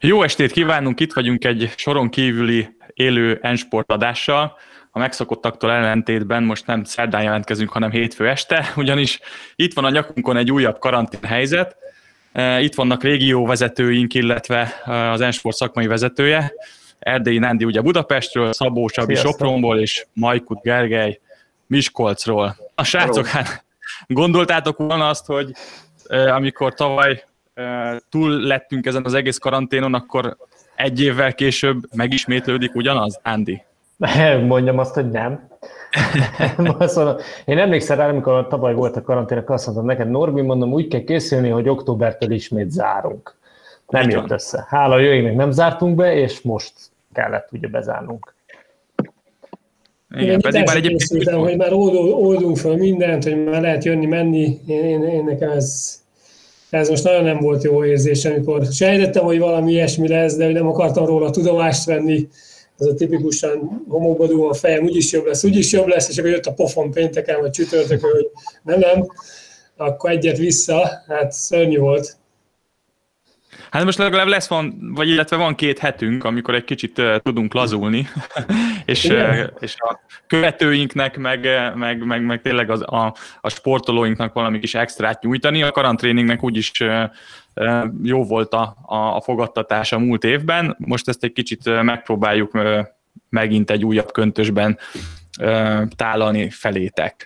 Jó estét kívánunk, itt vagyunk egy soron kívüli élő N-Sport adással. A megszokottaktól ellentétben most nem szerdán jelentkezünk, hanem hétfő este, ugyanis itt van a nyakunkon egy újabb karanténhelyzet. Itt vannak régióvezetőink, illetve az N-Sport szakmai vezetője. Erdélyi Nándi ugye Budapestről, Szabó Csabi Sopronból és Majkut Gergely Miskolcról. A srácok, hát gondoltátok volna azt, hogy amikor tavaly túl lettünk ezen az egész karanténon, akkor egy évvel később megismétlődik ugyanaz, Ándi? Mondjam azt, hogy nem. Én emlékszem rá, amikor tavaly volt a karantének, azt mondtam neked, Norbi, mondom, úgy kell készülni, hogy októbertől ismét zárunk. Nem jött össze. Hála jó égnek nem zártunk be, és most kellett ugye bezárnunk. Igen, pedig már egyébként hogy már oldunk fel mindent, hogy már lehet jönni-menni. Én nekem ez most nagyon nem volt jó érzés, amikor sejtettem, hogy valami ilyesmi lesz, de nem akartam róla tudomást venni. Ez a tipikusan homokba dugom a fejem, úgyis jobb lesz, és akkor jött a pofon pénteken, vagy csütörtökön, hogy nem, akkor egyet vissza, hát szörnyű volt. Hát most legalább illetve van 2 hetünk, amikor egy kicsit tudunk lazulni, és a követőinknek, meg tényleg a sportolóinknak valami kis extrát nyújtani. A karantréningnek úgyis jó volt a fogadtatása múlt évben, most ezt egy kicsit megpróbáljuk megint egy újabb köntösben tálalni felétek.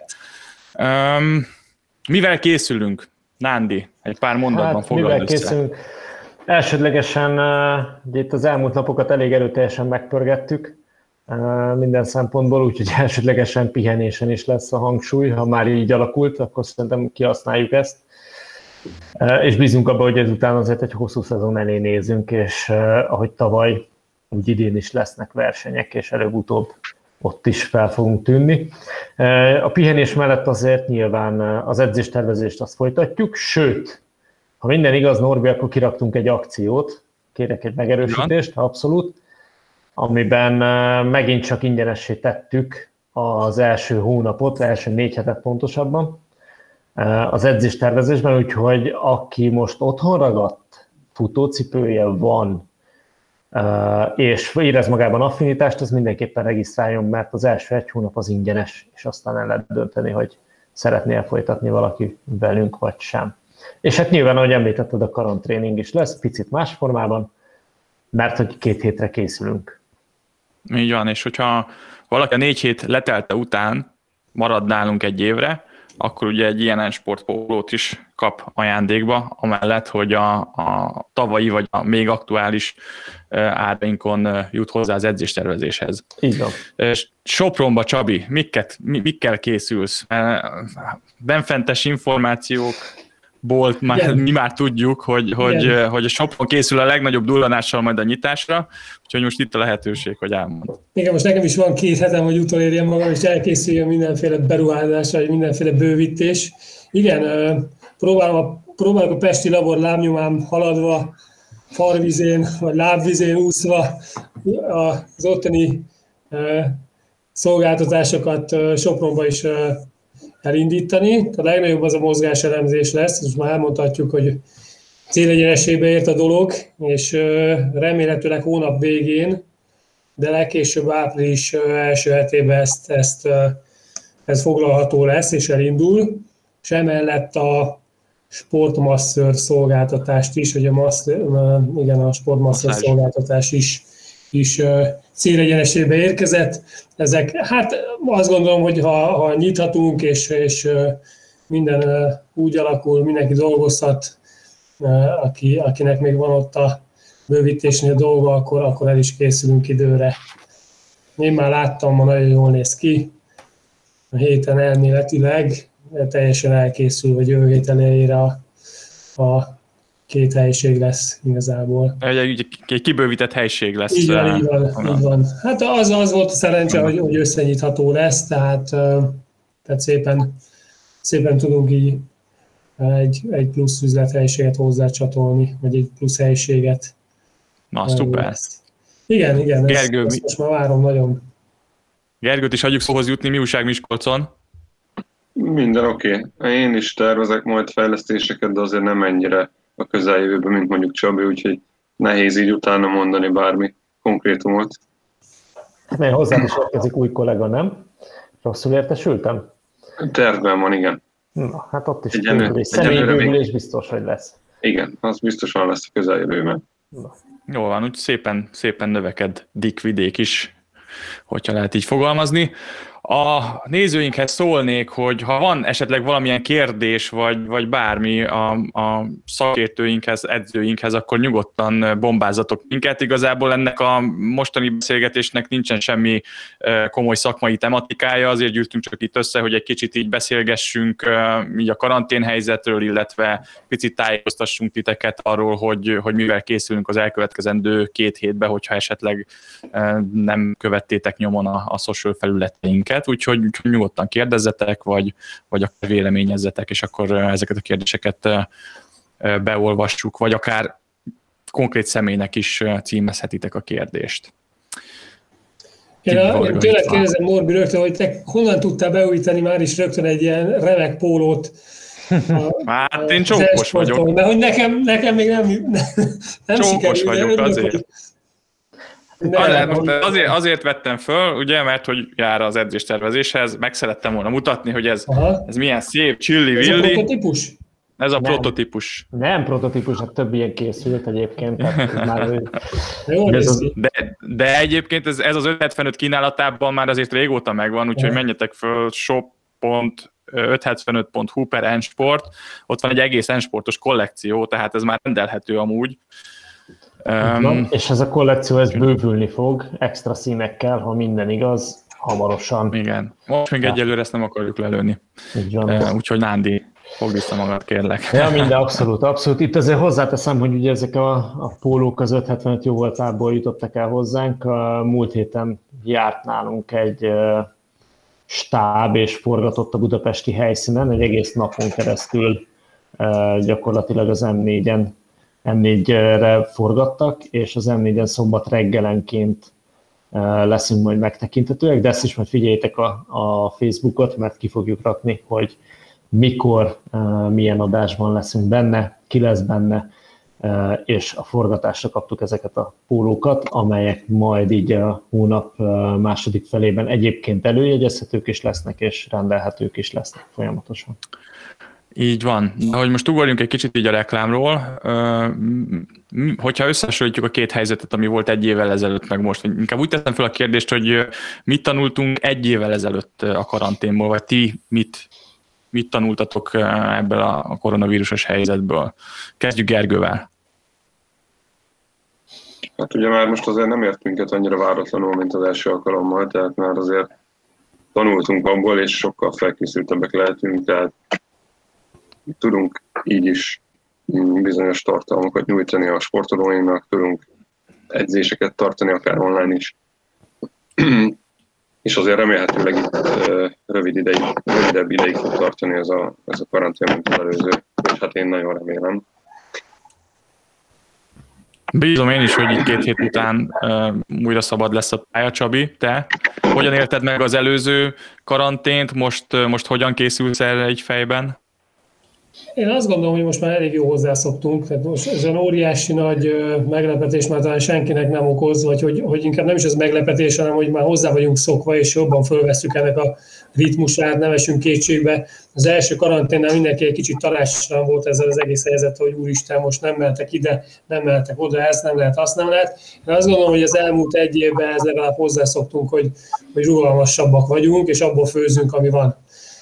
Mivel készülünk? Nándi, egy pár mondatban foglald össze. Elsődlegesen itt az elmúlt napokat elég erőteljesen megpörgettük minden szempontból, úgyhogy elsődlegesen pihenésen is lesz a hangsúly. Ha már így alakult, akkor szerintem kihasználjuk ezt. És bízunk abban, hogy ezután azért egy hosszú szezon elé nézünk, és ahogy tavaly, úgy idén is lesznek versenyek, és előbb-utóbb ott is fel fogunk tűnni. A pihenés mellett azért nyilván az edzéstervezést azt folytatjuk, sőt, ha minden igaz, Norbi, akkor kiraktunk egy akciót, kérek egy megerősítést, abszolút, amiben megint csak ingyenessé tettük az első hónapot, első 4 hetet pontosabban az edzéstervezésben, úgyhogy aki most otthon ragadt, futócipője van, és érez magában affinitást, az mindenképpen regisztráljon, mert az első 1 hónap az ingyenes, és aztán el lehet dönteni, hogy szeretné folytatni valaki velünk, vagy sem. És hát nyilván, ahogy említetted, a karantréning is lesz, picit más formában, mert hogy 2 hétre készülünk. Így van, és hogyha valaki a 4 hét letelte után marad nálunk egy évre, akkor ugye egy ilyen sportpólót is kap ajándékba, amellett, hogy a tavalyi vagy a még aktuális árainkon jut hozzá az edzéstervezéshez. Így van. Sopronba, Csabi, mikkel készülsz? Benfentes információk, mi már tudjuk, hogy a Sopron készül a legnagyobb dullanással majd a nyitásra, úgyhogy most itt a lehetőség, hogy elmond. Igen, most nekem is van 2 hetem, hogy utolérjem magam, és elkészüljön mindenféle beruházás, vagy mindenféle bővítés. Igen, próbálok a pesti labor lábnyomán haladva, farvizén, vagy lábvizén úszva az ottani szolgáltatásokat Sopronba is elindítani. A legnagyobb az a mozgáselemzés lesz, és már elmondhatjuk, hogy célegyenességbe ért a dolog, és remélhetőleg hónap végén, de legkésőbb április első hetében ez foglalható lesz, és elindul. És emellett a sportmasször szolgáltatást is, vagy a sportmasször szolgáltatás is célegyenességbe érkezett. Ezek, hát azt gondolom, hogy ha nyithatunk, és minden úgy alakul, mindenki dolgozhat, akinek még van ott a bővítésnél dolga, akkor el is készülünk időre. Én már láttam, ma nagyon jól néz ki. A héten elméletileg teljesen elkészül, vagy jövő hét elejére a 2 helység lesz igazából. Egy kibővített helység lesz. Így van. Hát az volt a szerencse, hogy összenyitható lesz, tehát szépen tudunk így egy plusz üzlethelyiséget hozzácsatolni, vagy egy plusz helyiséget. Na, szuper. Igen, Gergő, ezt most már várom nagyon. Gergőt is hagyjuk szóhoz jutni, mi újság Miskolcon? Minden oké. Én is tervezek majd fejlesztéseket, de azért nem ennyire a közeljövőben, mint mondjuk Csabi, úgyhogy nehéz így utána mondani bármi konkrétumot. Mert hozzám is érkezik új kollega, nem? Rosszul értesültem? Tervben van, igen. Na, hát ott is személybővülés biztos, hogy lesz. Igen, az biztosan lesz a közeljövőben. Jól van, úgy szépen növekedik vidék is, hogyha lehet így fogalmazni. A nézőinkhez szólnék, hogy ha van esetleg valamilyen kérdés, vagy bármi a szakértőinkhez, edzőinkhez, akkor nyugodtan bombázzatok minket. Igazából ennek a mostani beszélgetésnek nincsen semmi komoly szakmai tematikája, azért gyűltünk csak itt össze, hogy egy kicsit így beszélgessünk így a karanténhelyzetről, illetve picit tájékoztassunk titeket arról, hogy mivel készülünk az elkövetkezendő 2 hétben, hogyha esetleg nem követtétek nyomon a social felületeinket. Úgyhogy nyugodtan kérdezzetek, vagy akár véleményezzetek, és akkor ezeket a kérdéseket beolvassuk, vagy akár konkrét személynek is címezhetitek a kérdést. Én tényleg kérdezem Norbi rögtön, hogy te honnan tudtál beújítani már is rögtön egy ilyen remek pólót? Hát én csókos vagyok. Mert hogy nekem még nem csókos sikerül. vagyok azért. Azért vettem föl, ugye, mert hogy jár az edzéstervezéshez, meg szerettem volna mutatni, hogy ez milyen szép, csilli-villi. Ez a prototípus? Ez a prototípus. Nem prototípus, hát több ilyen készült egyébként. De egyébként ez az 575 kínálatában már azért régóta megvan, úgyhogy menjetek föl shop.575.hu/N-sport, ott van egy egész N-sportos kollekció, tehát ez már rendelhető amúgy. És ez a kollekció ez bővülni fog, extra színekkel, ha minden igaz, hamarosan. Igen, most még egyelőre ezt nem akarjuk lelőni. Úgyhogy Nándi, fogd vissza magad, kérlek. Ja, minden abszolút. Itt azért hozzáteszem, hogy ugye ezek a pólók az 575 jó voltából jutottak el hozzánk. A múlt héten járt nálunk egy stáb, és forgatott a budapesti helyszínen, egy egész napon keresztül gyakorlatilag az M4-re forgattak, és az M4-en szombat reggelenként leszünk majd megtekintetőek, de ezt is majd figyeljétek a Facebookot, mert ki fogjuk rakni, hogy mikor, milyen adásban leszünk benne, ki lesz benne, és a forgatásra kaptuk ezeket a pólókat, amelyek majd így a hónap második felében egyébként előjegyezhetők is lesznek, és rendelhetők is lesznek folyamatosan. Így van. Hogy most ugorjunk egy kicsit így a reklámról, hogyha összehasonlítjuk a 2 helyzetet, ami volt 1 évvel ezelőtt, meg most, inkább úgy teszem fel a kérdést, hogy mit tanultunk 1 évvel ezelőtt a karanténból, vagy ti mit tanultatok ebből a koronavírusos helyzetből? Kezdjük Gergővel. Hát ugye már most azért nem ért minket annyira váratlanul, mint az első alkalommal, tehát már azért tanultunk abból, és sokkal felkészültebbek lehetünk, tehát tudunk így is bizonyos tartalmakat nyújtani a sportolóinknak, tudunk edzéseket tartani, akár online is. És azért remélhetőleg itt rövidebb ideig fog tartani ez a karantén, mint az előző, és hát én nagyon remélem. Bízom én is, hogy itt 2 hét után újra szabad lesz a pálya. Csabi, te hogyan élted meg az előző karantént, most hogyan készülsz erre egy fejben? Én azt gondolom, hogy most már elég jó hozzászoktunk, tehát most ez olyan óriási nagy meglepetés már talán senkinek nem okoz, vagy hogy inkább nem is az meglepetés, hanem hogy már hozzá vagyunk szokva, és jobban fölvesszük ennek a ritmusát, nem esünk kétségbe. Az első karanténnál mindenki egy kicsit tanácstalan volt ezzel az egész helyzet, hogy úristen, most nem mehetek ide, nem mehetek oda, ezt nem lehet, azt nem lehet. Én azt gondolom, hogy az elmúlt 1 évben ez legalább hozzászoktunk, hogy rugalmasabbak vagyunk, és abból főzünk, ami van.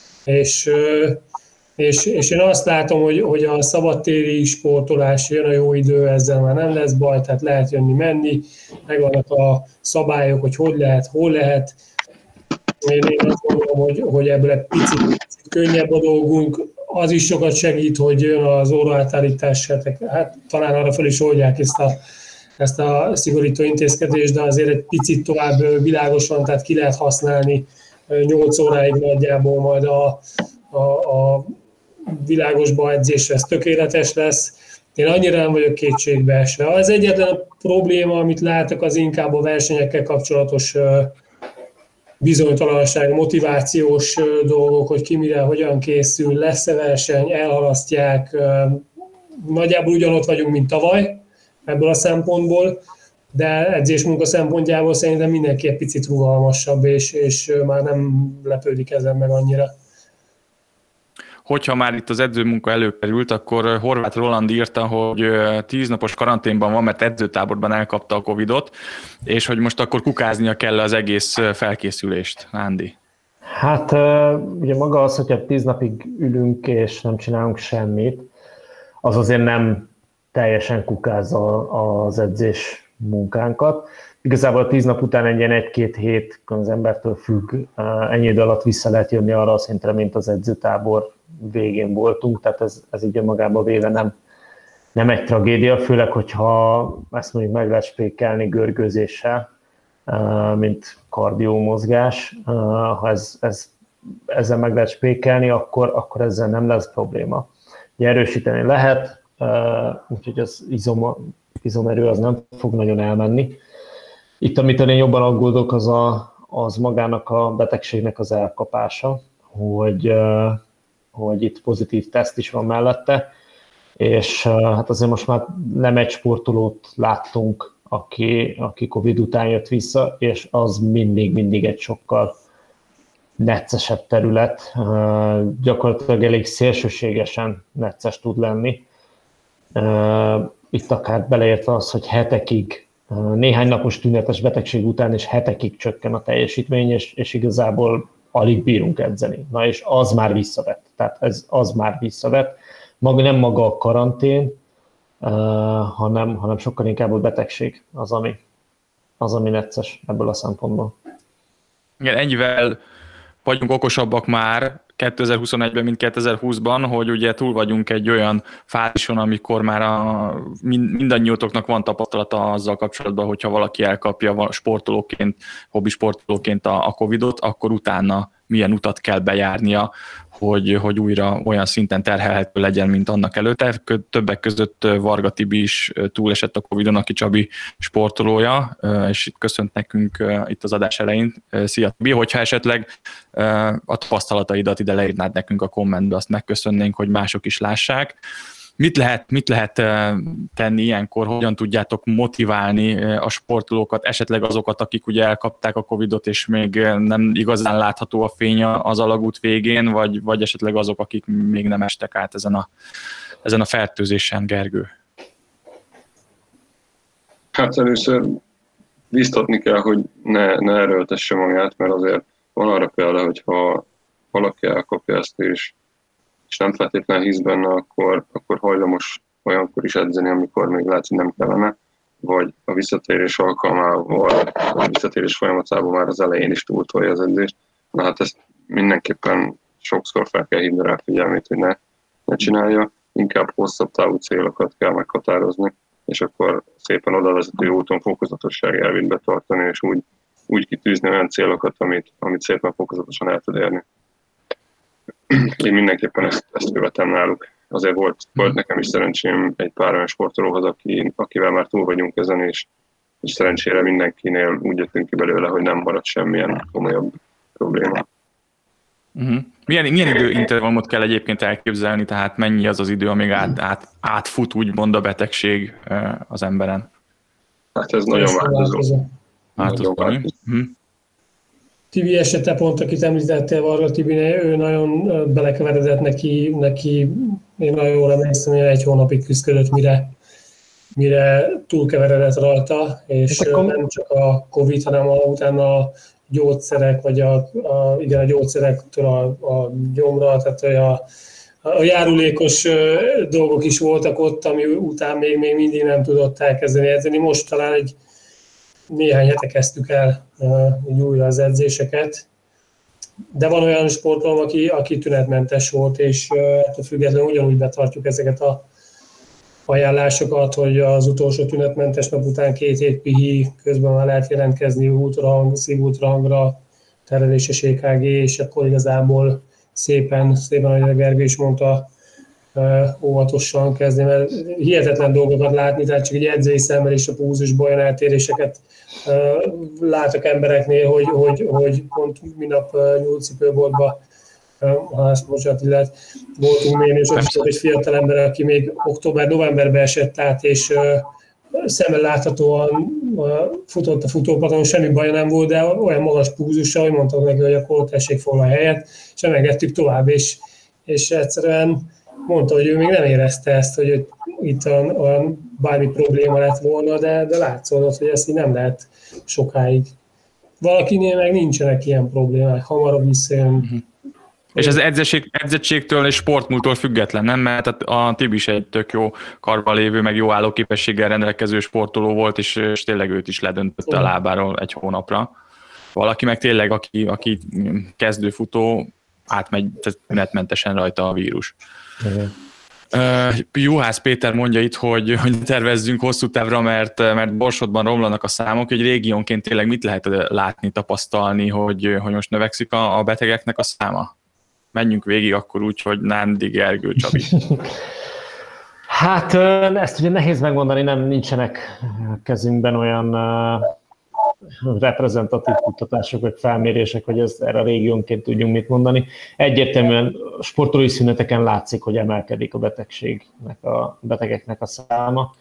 És én azt látom, hogy a szabadtéri sportolás, jön a jó idő, ezzel már nem lesz baj, tehát lehet jönni-menni, megvannak a szabályok, hogy lehet, hol lehet. Én azt gondolom, hogy ebből egy picit könnyebb a dolgunk. Az is sokat segít, hogy jön az óraátállítás, hát talán arra fel is oldják ezt a szigorító intézkedést, de azért egy picit tovább világosan, tehát ki lehet használni 8 óráig nagyjából majd a világosba edzésre, ez tökéletes lesz. Én annyira nem vagyok kétségbe esve. Az egyetlen probléma, amit látok, az inkább a versenyekkel kapcsolatos bizonytalanság, motivációs dolgok, hogy ki mire, hogyan készül, lesz-e verseny, elhalasztják. Nagyjából ugyanott vagyunk, mint tavaly, ebből a szempontból, de edzésmunka szempontjából szerintem mindenki egy picit rugalmasabb, és már nem lepődik ezen meg annyira. Hogyha már itt az edzőmunka előkerült, akkor Horváth Roland írta, hogy 10 napos karanténban van, mert edzőtáborban elkapta a Covidot, és hogy most akkor kukáznia kell az egész felkészülést. Ándi. Hát ugye maga az, hogyha 10 napig ülünk és nem csinálunk semmit, az azért nem teljesen kukázza az edzés munkánkat. Igazából a 10 nap után egy ilyen 1-2 hét az embertől függ, ennyi idő alatt vissza lehet jönni arra a szintre, mint az edzőtábor végén voltunk, tehát ez így magában véve nem egy tragédia, főleg, hogyha ezt mondjuk meg lehet spékelni görgőzéssel, mint kardiómozgás. Ha ezzel meg lehet spékelni, akkor ezzel nem lesz probléma. Ugye erősíteni lehet, úgyhogy az izomerő az nem fog nagyon elmenni. Itt, amit én jobban aggódok, az magának a betegségnek az elkapása, hogy itt pozitív teszt is van mellette, és hát azért most már nem egy sportolót láttunk, aki Covid után jött vissza, és az mindig egy sokkal neccesebb terület, gyakorlatilag elég szélsőségesen necces tud lenni. Itt akár beleértve az, hogy hetekig, néhány napos tünetes betegség után és hetekig csökken a teljesítmény, és igazából alig bírunk edzeni. Na és az már visszavett. Tehát az már visszavett. Nem maga a karantén, hanem sokkal inkább a betegség az, ami necces ebből a szempontból. Igen, ennyivel vagyunk okosabbak már 2021-ben, mint 2020-ban, hogy ugye túl vagyunk egy olyan fázison, amikor már mindannyiótoknak van tapasztalata azzal kapcsolatban, hogyha valaki elkapja sportolóként, hobbi sportolóként a Covidot, akkor utána milyen utat kell bejárnia, hogy újra olyan szinten terhelhető legyen, mint annak előtte. Többek között Varga Tibi is túlesett a Covidon, aki Csabi sportolója, és itt köszönt nekünk itt az adás elején. Szia Tibi, hogyha esetleg a tapasztalataidat ide leírnád nekünk a kommentbe, azt megköszönnénk, hogy mások is lássák. Mit lehet tenni ilyenkor, hogyan tudjátok motiválni a sportolókat, esetleg azokat, akik ugye elkapták a Covidot, és még nem igazán látható a fény az alagút végén, vagy esetleg azok, akik még nem estek át ezen a fertőzésen, Gergő? Hát először biztatni kell, hogy ne erőltesse magát, mert azért van arra példa, hogyha valaki elkapja ezt, és nem feltétlenül hisz benne, akkor hajlamos olyankor is edzeni, amikor még lehet, hogy nem kellene, vagy a visszatérés alkalmával, a visszatérés folyamatában már az elején is túltolja az edzést. Na hát ezt mindenképpen sokszor fel kell hívni rá figyelmét, hogy ne csinálja, inkább hosszabb távú célokat kell meghatározni, és akkor szépen odavezető úton fokozatosság elvét betartani, és úgy kitűzni olyan célokat, amit szépen fokozatosan el tud érni. Én mindenképpen ezt követem náluk. Azért volt nekem is szerencsém egy pár olyan sportolóhoz, akivel már túl vagyunk ezen, és szerencsére mindenkinél úgy jöttünk ki belőle, hogy nem maradt semmilyen komolyabb probléma. Uh-huh. Milyen időintervallumot kell egyébként elképzelni, tehát mennyi az idő, amíg átfut úgymond a betegség az emberen? Hát ez nagyon változó. Tibi esete pont, akit említettél, Varga Tibinél, ő nagyon belekeveredett neki én nagyon jól emlékszem, hogy 1 hónapig küzdött, mire túlkeveredett rajta, és nem csak a Covid, hanem utána a gyógyszerek, vagy a gyógyszerektől a gyomra, tehát a járulékos dolgok is voltak ott, ami után még mindig nem tudott elkezdeni edzeni. Most talán néhány hete kezdtük el újra az edzéseket, de van olyan sportolom, aki tünetmentes volt, és függetlenül ugyanúgy betartjuk ezeket a ajánlásokat, hogy az utolsó tünetmentes nap után 2 hét pihi, közben már lehet jelentkezni ultrahang, szívultrahangra, terheléses EKG, és akkor igazából szépen, ahogy a Gergő is mondta, óvatosan kezdeni, mert hihetetlen dolgokat látni, tehát csak egy edzői szemmel és a púzusban olyan eltéréseket látok embereknél, hogy pont minap nyúlcipőboltban, ha ezt bocsánat, illet, voltunk én, és ott egy fiatal ember, aki még október-novemberben esett át, és szemmel láthatóan futott a futópadon, semmi baja nem volt, de olyan magas púzussal, hogy mondtak neki, hogy akkor tessék foglal helyet, és emelgettük tovább, és egyszerűen mondta, hogy ő még nem érezte ezt, hogy itt olyan bármi probléma lett volna, de látszódott, hogy ezt így nem lehet sokáig. Valakinél meg nincsenek ilyen problémák, hamarabb visszajön. És ez edzettségtől és sportmúltól független, nem? Mert a Tibi is egy tök jó karban lévő, meg jó állóképességgel rendelkező sportoló volt, és tényleg őt is ledöntötte a lábáról egy hónapra. Valaki meg tényleg, aki kezdőfutó, átmegy tünetmentesen rajta a vírus. Juhász Péter mondja itt, hogy tervezzünk hosszú távra, mert Borsodban romlanak a számok, hogy régiónként tényleg mit lehet látni, tapasztalni, hogy most növekszik a betegeknek a száma? Menjünk végig akkor úgy, hogy Nándi, Gergő, Csabi. Hát ezt ugye nehéz megmondani, nincsenek kezünkben olyan reprezentatív kutatások vagy felmérések, hogy erre a régiónként tudjunk mit mondani. Egyértelműen sportolói szüneteken látszik, hogy emelkedik a betegeknek a száma.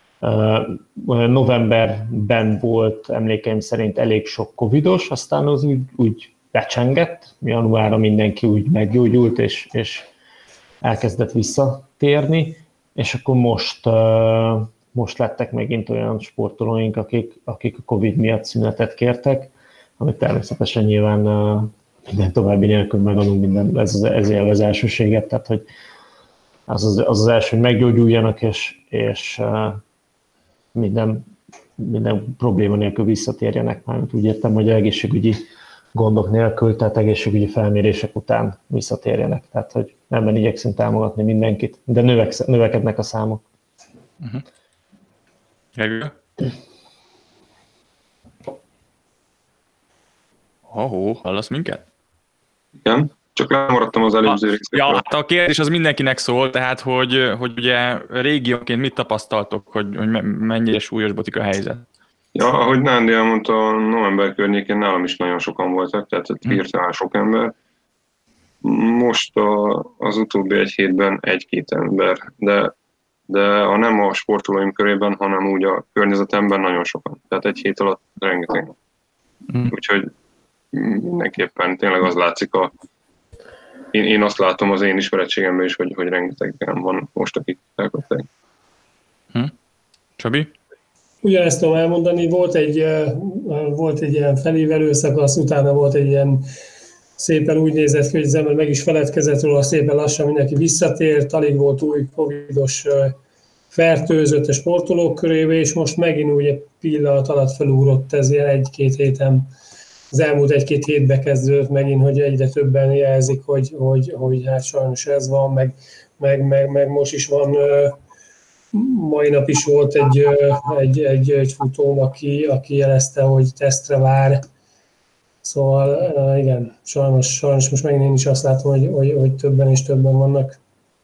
Novemberben volt emlékeim szerint elég sok covidos, aztán az úgy becsengett, januárra mindenki úgy meggyógyult, és elkezdett visszatérni, és akkor most lettek megint olyan sportolóink, akik a Covid miatt szünetet kértek, amit természetesen nyilván minden további nélkül megadunk, ez az elsőséget, tehát hogy az első, hogy meggyógyuljanak, és minden probléma nélkül visszatérjenek, mármint úgy értem, hogy egészségügyi gondok nélkül, tehát egészségügyi felmérések után visszatérjenek. Tehát, hogy ebben igyekszünk támogatni mindenkit, de növekednek a számok. Gergő? Hallasz minket? Igen, csak lemaradtam az előző részekről. Ja, hát a kérdés az mindenkinek szól, tehát, hogy ugye régióként mit tapasztaltok, hogy mennyire súlyosbodik a helyzet? Ja, ahogy Nándi elmondta, november környékén nálam is nagyon sokan voltak, tehát hirtelen sok ember. Most az utóbbi egy hétben egy-két ember, de nem a sportolóim körében, hanem úgy a környezetemben nagyon sokan. Tehát egy hét alatt rengeteg. Úgyhogy mindenképpen tényleg az látszik, én azt látom az én ismeretségemben is, hogy rengeteg van most, akik elkapták. Csabi? Ugyanezt tudom elmondani, volt egy ilyen felévelő szakasz, utána volt egy ilyen szépen úgy nézett ki, hogy az ember meg is feledkezett róla, szépen lassan mindenki visszatért, alig volt új covidos fertőzött a sportolók körébe, és most megint úgy egy pillanat alatt felugrott ez ilyen egy-két héten. Az elmúlt egy-két hétbe kezdődött megint, hogy egyre többen jelzik, hogy hát sajnos ez van, meg most is van. Mai nap is volt egy futóm, aki jelezte, hogy tesztre vár. Szóval igen, sajnos most megint én is azt látom, hogy többen és többen vannak.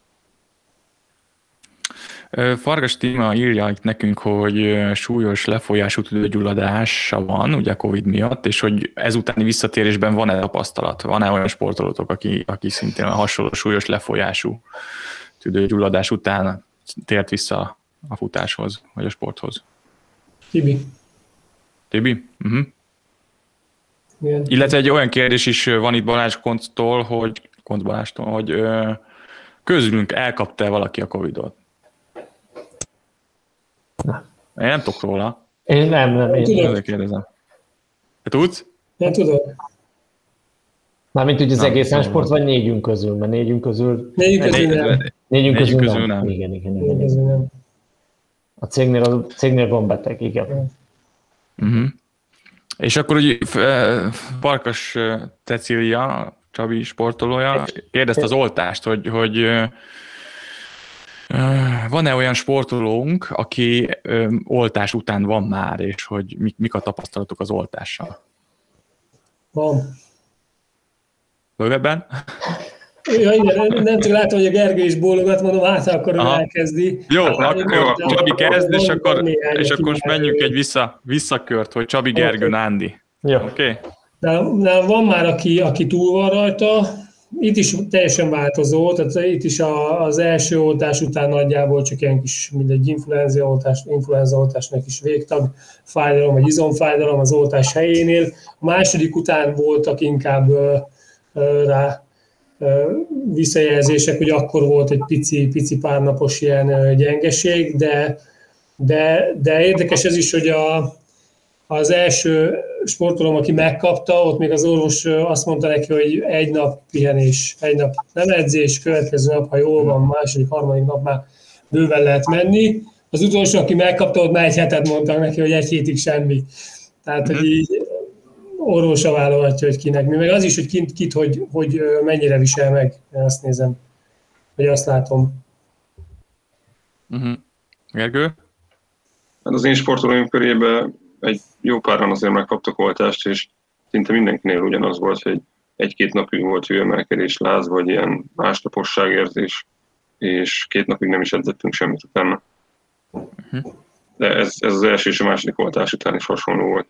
Fargas Tíma írja itt nekünk, hogy súlyos lefolyású tüdőgyulladása van, ugye Covid miatt, és hogy ezutáni visszatérésben van-e tapasztalat? Van-e olyan sportolótok, aki szintén hasonló súlyos lefolyású tüdőgyulladás után tért vissza a futáshoz, vagy a sporthoz? Tibi? Igen. Illetve egy olyan kérdés is van itt Balázs Konctól, hogy közülünk elkapta valaki a Covidot? Én nem tudok róla. Én nem. Én kérdezem. Te tudsz? Nem tudok. Mármint úgy az egészen sport, vagy négyünk közül? Mert négyünk közül nem. Igen. A cégnél van beteg, igen. És akkor ugye Farkas Cecília, Csabi sportolója, kérdezte az oltást, hogy van-e olyan sportolónk, aki oltás után van már, és hogy mik a tapasztalatok az oltással? Van. Bővebben? Ja, igen, nem csak látom, hogy a Gergő is bólogat, mondom, hát akkor ő elkezdi. Jó, akkor Csabi kezd, és akkor most menjünk egy visszakört, hogy Csabi, Gergő, Nándi. Jó. Oké? Van már, aki túl van rajta, itt is teljesen változó, tehát itt is az első oltás után nagyjából csak ilyen kis, mindegy influenzaoltásnak is végtag fájdalom, vagy izomfájdalom az oltás helyénél. A második után voltak inkább rá visszajelzések, hogy akkor volt egy pici párnapos ilyen gyengeség, de érdekes ez is, hogy az első sportolóm, aki megkapta, ott még az orvos azt mondta neki, hogy egy nap pihenés, egy nap nem edzés, következő nap, ha jól van, második, harmadik nap már bőven lehet menni. Az utolsó, aki megkapta, ott már egy hetet mondtak neki, hogy egy hétig semmi. Tehát, hogy így orvosa válogatja, hogy kinek mi. Meg az is, hogy kit hogy mennyire visel meg. Én azt nézem, vagy azt látom. Gergő? Hát az én sportolóim körében egy jó páran azért megkaptak oltást, és szinte mindenkinél ugyanaz volt, hogy egy-két napig volt hőemelkedés, láz, vagy ilyen másnaposságérzés, és 2 napig nem is edzettünk semmit utána. De ez az első és a második oltás után is hasonló volt.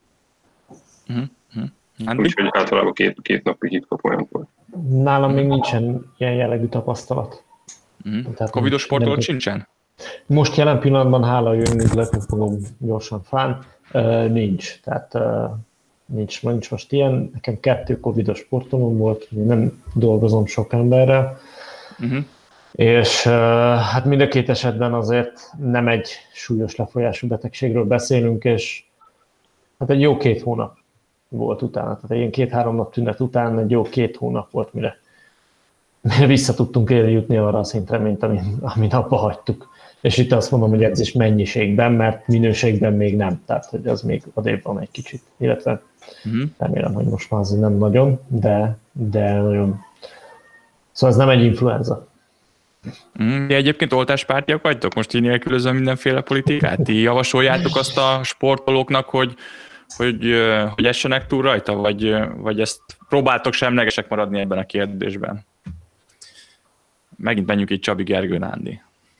Úgyhogy általában két napig hitkapolyank volt. Nálam még nincsen ilyen jellegű tapasztalat. Covidos sportoló sincsen? Most jelen pillanatban, hála jönni, fogom gyorsan fán, nincs. Tehát nincs most ilyen. Nekem 2 covidos sportolóm volt, nem dolgozom sok emberrel. És hát mind a 2 esetben azért nem egy súlyos lefolyású betegségről beszélünk, és hát egy jó 2 hónap volt utána. Tehát egy ilyen 2-3 nap tünet után egy jó 2 hónap volt, mire vissza tudtunk jutni arra a szintre, mint amin abba hagytuk. És itt azt mondom, hogy edzés mennyiségben, mert minőségben még nem. Tehát, hogy az még odébb van egy kicsit. Illetve remélem, hogy most már azért nem nagyon, de nagyon. Szóval ez nem egy influenza. Ti egyébként oltáspártiak vagytok? Most így nélkülözöm mindenféle politikát? Ti javasoljátok azt a sportolóknak, hogy essenek túl rajta, vagy ezt próbáltok semlegesek maradni ebben a kérdésben? Megint menjünk itt Csabi, Gergő, Nándi.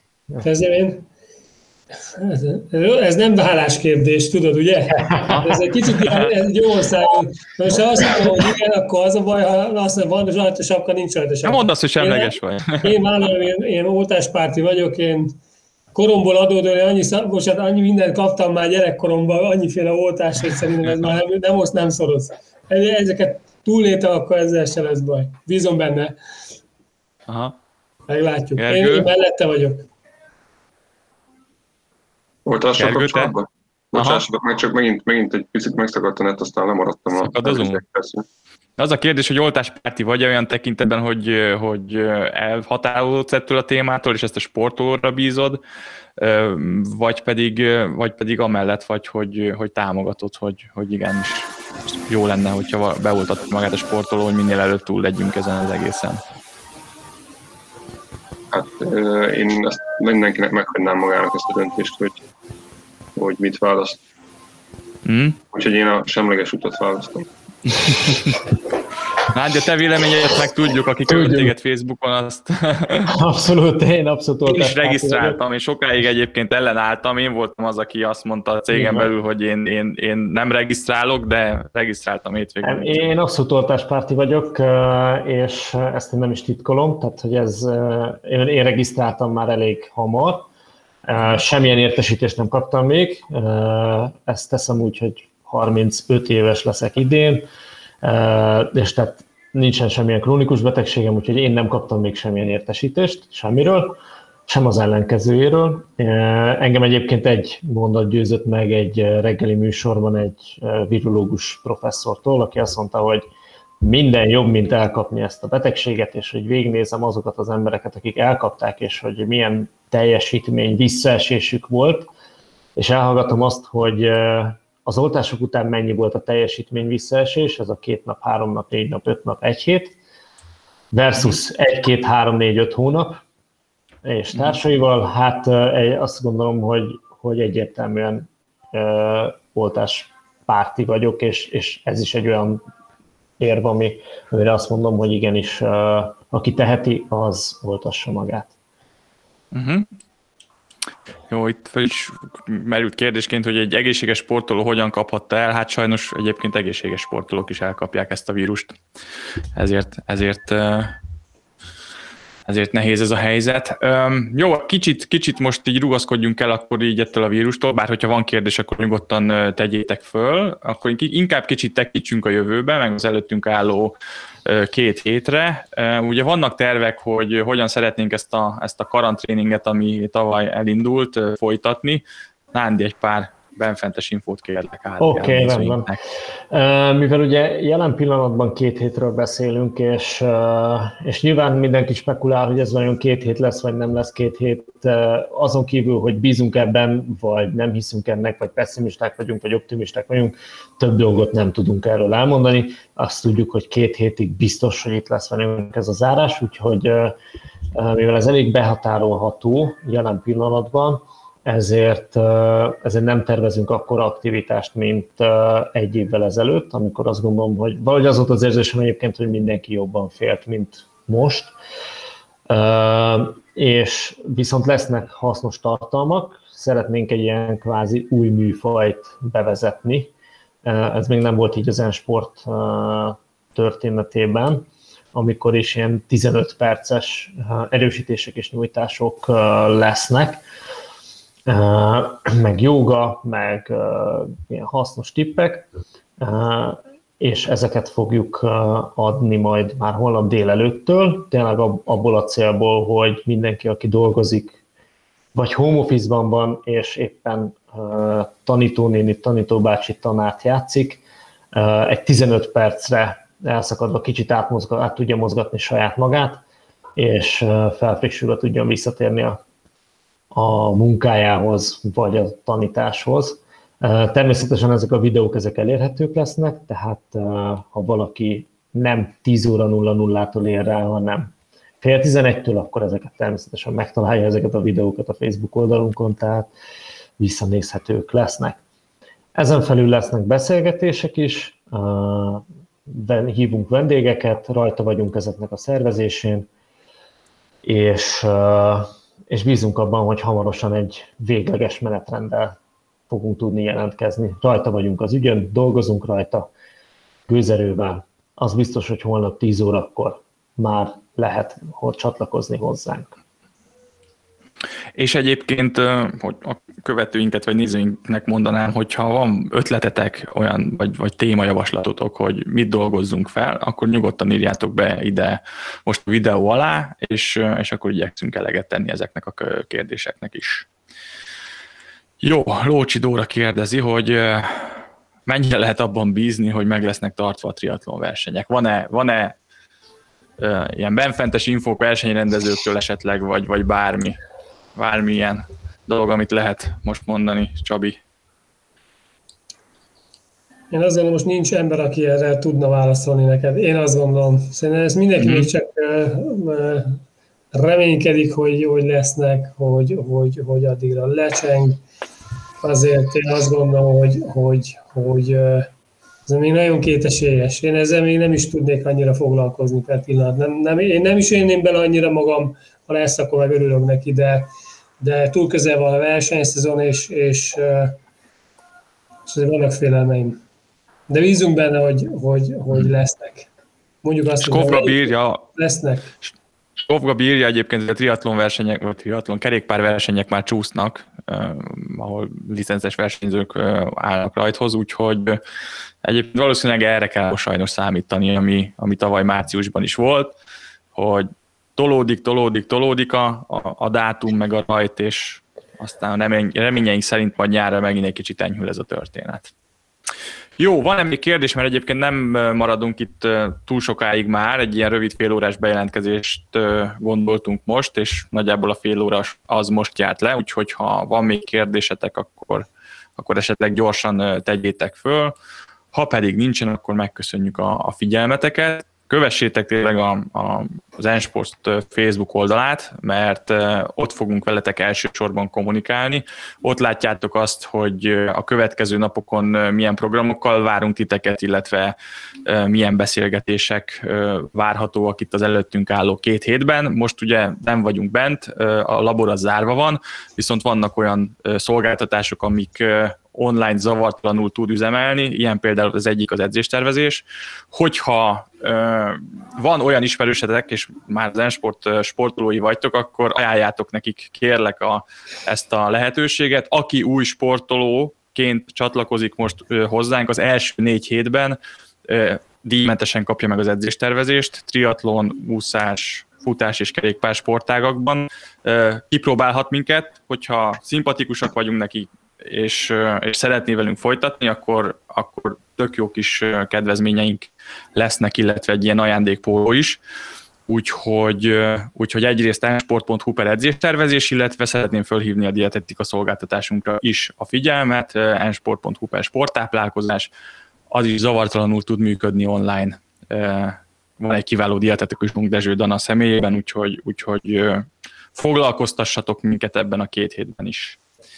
Ez nem válláskérdés, tudod, ugye? Ez egy kicsit egy jó országon. Most ha azt mondom, hogy igen, akkor az a baj, ha azt mondom, van rajta sapka, nincs rajta sapka. Nem mondd azt, hogy semleges vagy. Én vállalom, én oltáspárti vagyok, én koromból adódóan annyi mindent kaptam már gyerekkoromban, annyiféle oltás, hogy szerintem ez már nem szoroz. Ezeket túlléltem, akkor ezzel se lesz baj. Bízom benne. Aha. Meglátjuk. Én mellette vagyok. Oltással kapcsolatban? Bocsássatok meg, csak megint egy picit megszakadt a net, aztán lemaradtam a Az a kérdés, hogy oltáspárti vagy olyan tekintetben, hogy elhatárolódsz ettől a témától, és ezt a sportolóra bízod, vagy pedig amellett vagy, hogy támogatod, hogy igenis jó lenne, hogyha beoltat magát a sportoló, hogy minél előtt túl legyünk ezen az egészen. Hát én ezt mindenkinek meghagynám magának ezt a döntést, hogy mit választ. Úgyhogy én a semleges utat választom. Nádia, te véleményedet meg tudjuk, akik követik Facebookon, azt... Abszolút, én abszolút. Én is regisztráltam, és sokáig egyébként ellenálltam. Én voltam az, aki azt mondta a cégen belül, hogy én nem regisztrálok, de regisztráltam hétvégén. Én abszolút oltáspárti vagyok, és ezt én nem is titkolom, tehát hogy én regisztráltam már elég hamar. Semmilyen értesítést nem kaptam még. Ezt teszem úgy, hogy 35 éves leszek idén, és tehát nincsen semmilyen krónikus betegségem, úgyhogy én nem kaptam még semmilyen értesítést semmiről, sem az ellenkezőjéről. Engem egyébként egy mondat győzött meg egy reggeli műsorban egy virológus professzortól, aki azt mondta, hogy minden jobb, mint elkapni ezt a betegséget, és hogy végignézem azokat az embereket, akik elkapták, és hogy milyen teljesítmény visszaesésük volt, és elhallgatom azt, hogy az oltások után mennyi volt a teljesítmény visszaesés, ez a 2 nap, 3 nap, 4 nap, 5 nap, 1 hét, versus 1, 2, 3, 4, 5 hónap, és társaival, hát azt gondolom, hogy egyértelműen oltáspárti vagyok, és ez is egy olyan érv, amire azt mondom, hogy igenis, aki teheti, az oltassa magát. Jó, itt fel is merült kérdésként, hogy egy egészséges sportoló hogyan kaphatta el, hát sajnos egyébként egészséges sportolók is elkapják ezt a vírust, ezért nehéz ez a helyzet. Jó, kicsit most így rugaszkodjunk el akkor így ettől a vírustól, bár hogyha van kérdés, akkor nyugodtan tegyétek föl, akkor inkább kicsit tekítsünk a jövőbe, meg az előttünk álló 2 hétre. Ugye vannak tervek, hogy hogyan szeretnénk ezt a karantréninget, ami tavaly elindult, folytatni. Nándi, egy pár benfentes infót kérlek. Oké, rendben. Mivel ugye jelen pillanatban 2 hétről beszélünk, és nyilván mindenki spekulál, hogy ez vajon 2 hét lesz, vagy nem lesz 2 hét, azon kívül, hogy bízunk ebben, vagy nem hiszünk ennek, vagy pessimisták vagyunk, vagy optimisták vagyunk, több dolgot nem tudunk erről elmondani. Azt tudjuk, hogy 2 hétig biztos, hogy itt lesz velünk ez a zárás, úgyhogy mivel ez elég behatárolható jelen pillanatban, ezért nem tervezünk akkora aktivitást, mint 1 évvel ezelőtt, amikor azt gondolom, hogy valahogy az volt az érzésem egyébként, hogy mindenki jobban félt, mint most. És viszont lesznek hasznos tartalmak, szeretnénk egy ilyen kvázi új műfajt bevezetni. Ez még nem volt így az N-sport történetében, amikor is ilyen 15 perces erősítések és nyújtások lesznek, meg jóga, meg ilyen hasznos tippek, és ezeket fogjuk adni majd már holnap délelőttől, tényleg abból a célból, hogy mindenki, aki dolgozik, vagy home office-ban van, és éppen tanítónéni, tanítóbácsi tanárt játszik, egy 15 percre elszakadva kicsit át tudja mozgatni saját magát, és felfrissülve tudjon visszatérni a munkájához, vagy a tanításhoz. Természetesen ezek a videók elérhetők lesznek, tehát ha valaki nem 10 óra 00-tól ér rá, hanem fél 11-től, akkor ezeket természetesen megtalálja ezeket a videókat a Facebook oldalunkon, tehát visszanézhetők lesznek. Ezen felül lesznek beszélgetések is, hívunk vendégeket, rajta vagyunk ezeknek a szervezésén, és bízunk abban, hogy hamarosan egy végleges menetrenddel fogunk tudni jelentkezni. Rajta vagyunk az ügyön, dolgozunk rajta gőzerővel. Az biztos, hogy holnap 10 órakor már lehet csatlakozni hozzánk. És egyébként, hogy a követőinket vagy nézőinknek mondanám, hogyha van ötletetek olyan, vagy témajavaslatotok, hogy mit dolgozzunk fel, akkor nyugodtan írjátok be ide most a videó alá, és akkor igyekszünk eleget tenni ezeknek a kérdéseknek is. Jó, Lócsi Dóra kérdezi, hogy mennyire lehet abban bízni, hogy meg lesznek tartva a triatlon versenyek. Van-e ilyen benfentes infók versenyrendezőktől esetleg, vagy bármilyen dolog, amit lehet most mondani, Csabi? Én azt gondolom, most nincs ember, aki erre tudna válaszolni neked. Én azt gondolom. Szerintem ez mindenki még csak reménykedik, hogy lesznek, hogy addigra lecseng. Azért én azt gondolom, hogy ez még nagyon kétesélyes. Én ezzel még nem is tudnék annyira foglalkozni per pillanat. Én nem is énném bele annyira magam, ha lesz, akkor meg örülök neki, de túl közel van a versenyszezon, és vannak félelmeim. De bízunk benne, hogy lesznek. Mondjuk azt, hogy lesznek. Skofga bírja egyébként, a triatlon versenyek, vagy triatlon kerékpárversenyek már csúsznak, ahol licences versenyzők állnak rajthoz, úgyhogy egyébként valószínűleg erre kell sajnos számítani, ami tavaly márciusban is volt, hogy tolódik a dátum meg a rajt, és aztán reményeink szerint majd nyárra megint egy kicsit enyhül ez a történet. Jó, van még kérdés, mert egyébként nem maradunk itt túl sokáig már, egy ilyen rövid félórás bejelentkezést gondoltunk most, és nagyjából a fél óra az most járt le, úgyhogy ha van még kérdésetek, akkor esetleg gyorsan tegyétek föl. Ha pedig nincsen, akkor megköszönjük a figyelmeteket. kövessétek tényleg az N-Sport Facebook oldalát, mert ott fogunk veletek elsősorban kommunikálni. Ott látjátok azt, hogy a következő napokon milyen programokkal várunk titeket, illetve milyen beszélgetések várhatóak itt az előttünk álló 2 hétben. Most ugye nem vagyunk bent, a labor az zárva van, viszont vannak olyan szolgáltatások, amik online zavartalanul tud üzemelni, ilyen például az egyik az edzéstervezés. Hogyha van olyan ismerősetek, és már az N-Sport sportolói vagytok, akkor ajánljátok nekik, kérlek ezt a lehetőséget. Aki új sportolóként csatlakozik most hozzánk, az első 4 hétben díjmentesen kapja meg az edzéstervezést, triatlon, úszás, futás és kerékpár sportágakban. Kipróbálhat minket, hogyha szimpatikusak vagyunk neki, és szeretné velünk folytatni, akkor tök jó kis kedvezményeink lesznek, illetve egy ilyen ajándékpóló is. Úgyhogy egyrészt nsport.hu edzéstervezés, illetve szeretném fölhívni a dietetika szolgáltatásunkra is a figyelmet, nsport.hu sporttáplálkozás, az is zavartalanul tud működni online. Van egy kiváló dietetikusunk Dezső Dana személyében, úgyhogy foglalkoztassatok minket ebben a 2 hétben is.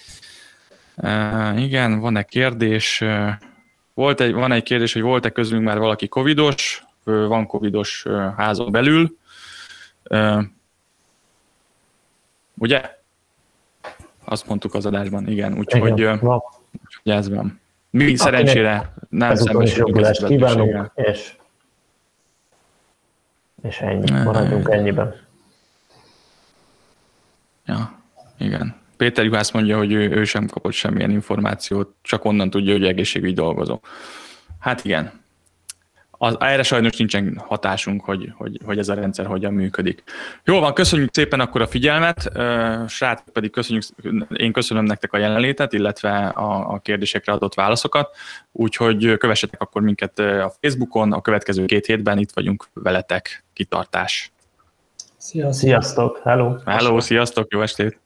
Igen, van-e kérdés? Van egy kérdés, hogy volt-e közülünk már valaki covidos? Van covidos házon belül. Ugye? Azt mondtuk az adásban, igen. Úgyhogy ez van. Mi szerencsére nem szembesülünk ezt a kívánunk, és ennyi. Maradjunk ennyiben. Ja, igen. Péter Juhász mondja, hogy ő sem kapott semmilyen információt, csak onnan tudja, hogy egészségügyi dolgozó. Hát igen. Erre sajnos nincsen hatásunk, hogy ez a rendszer hogyan működik. Jól van, köszönjük szépen akkor a figyelmet, srácok pedig én köszönöm nektek a jelenlétet, illetve a kérdésekre adott válaszokat, úgyhogy kövessetek akkor minket a Facebookon, a következő 2 hétben itt vagyunk veletek, kitartás. Sziasztok, hello! Hello, sziasztok, jó estét!